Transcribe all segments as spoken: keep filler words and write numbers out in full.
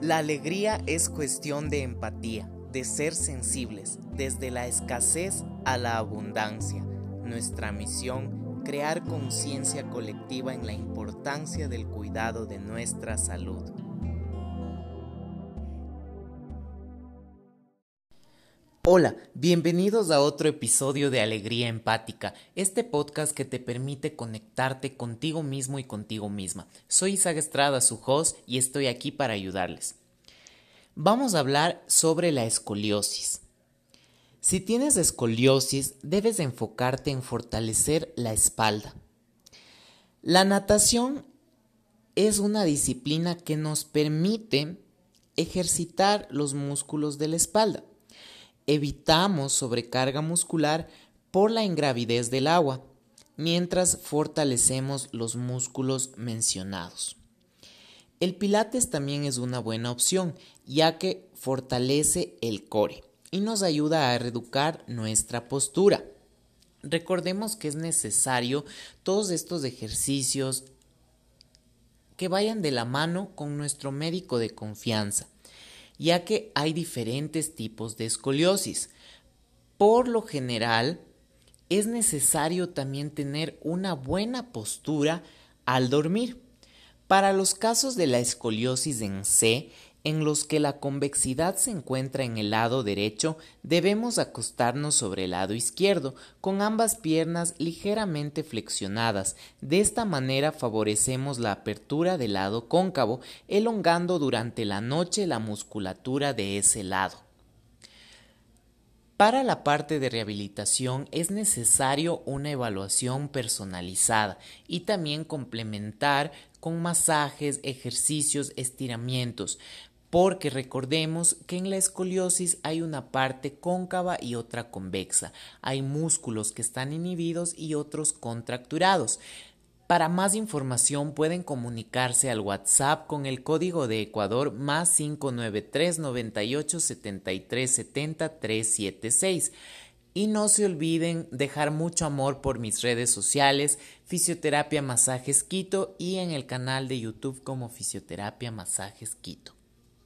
La alegría es cuestión de empatía, de ser sensibles, desde la escasez a la abundancia. Nuestra misión, crear conciencia colectiva en la importancia del cuidado de nuestra salud. Hola, bienvenidos a otro episodio de Alegría Empática, este podcast que te permite conectarte contigo mismo y contigo misma. Soy Isaac Estrada, su host, y estoy aquí para ayudarles. Vamos a hablar sobre la escoliosis. Si tienes escoliosis, debes enfocarte en fortalecer la espalda. La natación es una disciplina que nos permite ejercitar los músculos de la espalda. Evitamos sobrecarga muscular por la ingravidez del agua, mientras fortalecemos los músculos mencionados. El pilates también es una buena opción, ya que fortalece el core y nos ayuda a reeducar nuestra postura. Recordemos que es necesario todos estos ejercicios que vayan de la mano con nuestro médico de confianza, ya que hay diferentes tipos de escoliosis. Por lo general, es necesario también tener una buena postura al dormir. Para los casos de la escoliosis en C, en los que la convexidad se encuentra en el lado derecho, debemos acostarnos sobre el lado izquierdo, con ambas piernas ligeramente flexionadas. De esta manera favorecemos la apertura del lado cóncavo, elongando durante la noche la musculatura de ese lado. Para la parte de rehabilitación es necesario una evaluación personalizada y también complementar con masajes, ejercicios, estiramientos, porque recordemos que en la escoliosis hay una parte cóncava y otra convexa. Hay músculos que están inhibidos y otros contracturados. Para más información pueden comunicarse al WhatsApp con el código de Ecuador más cinco nueve tres, noventa y ocho, setenta y tres, setenta, trescientos setenta y seis. Y no se olviden dejar mucho amor por mis redes sociales, Fisioterapia Masajes Quito, y en el canal de YouTube como Fisioterapia Masajes Quito.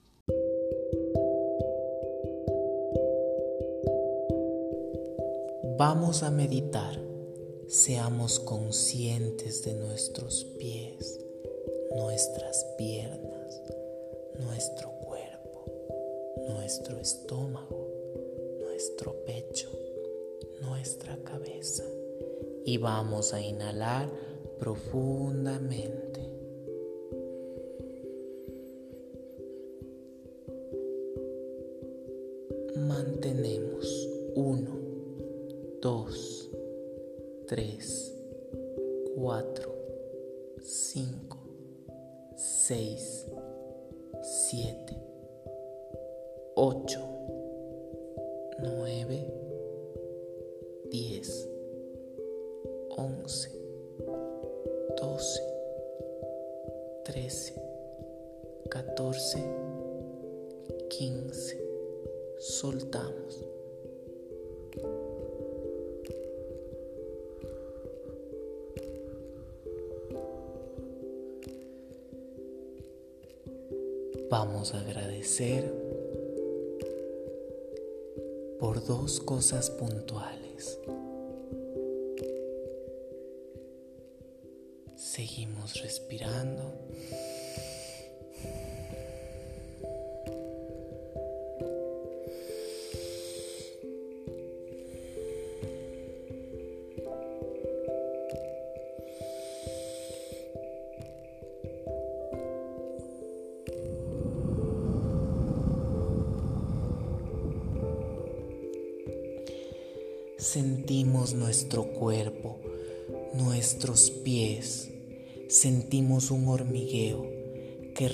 Vamos a meditar. Seamos conscientes de nuestros pies, nuestras piernas, nuestro cuerpo, nuestro estómago, nuestro pecho, nuestra cabeza. Y vamos a inhalar profundamente. Mantenemos uno, dos, tres, cuatro, cinco, seis, siete, ocho, nueve, diez, once, doce, trece, catorce, quince. Soltamos. Vamos a agradecer por dos cosas puntuales. Seguimos respirando. Sentimos nuestro cuerpo, nuestros pies, sentimos un hormigueo que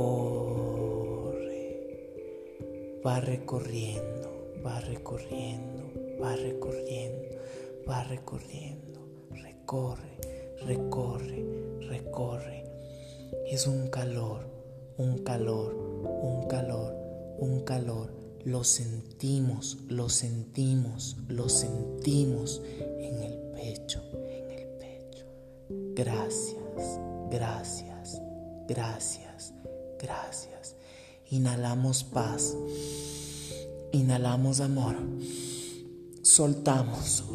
recorre, va recorriendo, va recorriendo, va recorriendo, va recorriendo, recorre, recorre, recorre. Es un calor, un calor, un calor, un calor. Lo sentimos, lo sentimos, lo sentimos en el pecho, en el pecho. Gracias, gracias, gracias, gracias. Inhalamos paz. Inhalamos amor. Soltamos.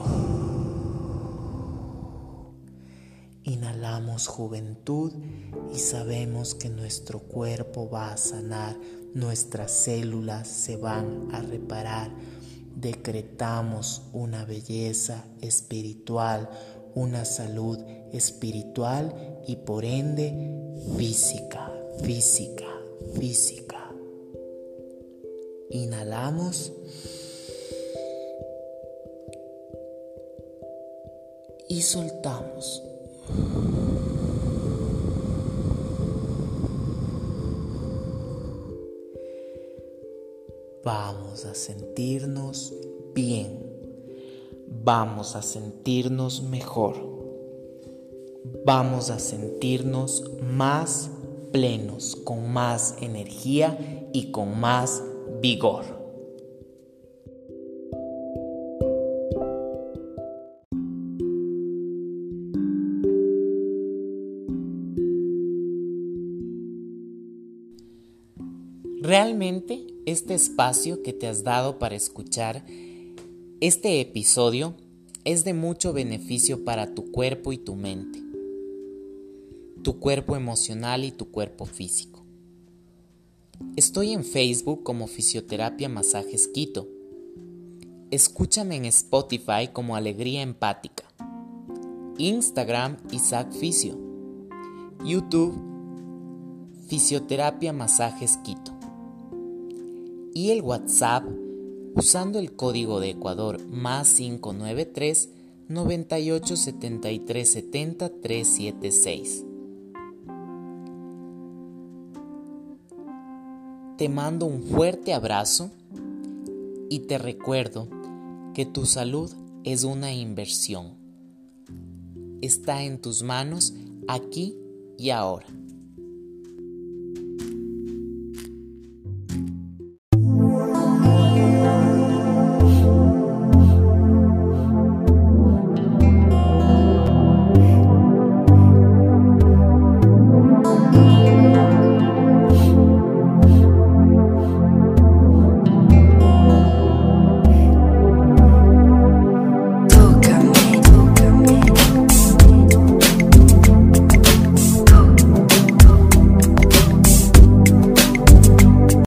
Inhalamos juventud y sabemos que nuestro cuerpo va a sanar, nuestras células se van a reparar. Decretamos una belleza espiritual, una salud espiritual y por ende física, física, física. Inhalamos y soltamos. Vamos a sentirnos bien, vamos a sentirnos mejor, vamos a sentirnos más plenos, con más energía y con más vigor. Realmente este espacio que te has dado para escuchar este episodio es de mucho beneficio para tu cuerpo y tu mente, tu cuerpo emocional y tu cuerpo físico. Estoy en Facebook como Fisioterapia Masajes Quito. Escúchame en Spotify como Alegría Empática, Instagram Isaac Fisio, YouTube Fisioterapia Masajes Quito. Y el WhatsApp usando el código de Ecuador más cinco nueve tres, noventa y ocho, setenta y tres, setenta, trescientos setenta y seis. Te mando un fuerte abrazo y te recuerdo que tu salud es una inversión. Está en tus manos aquí y ahora.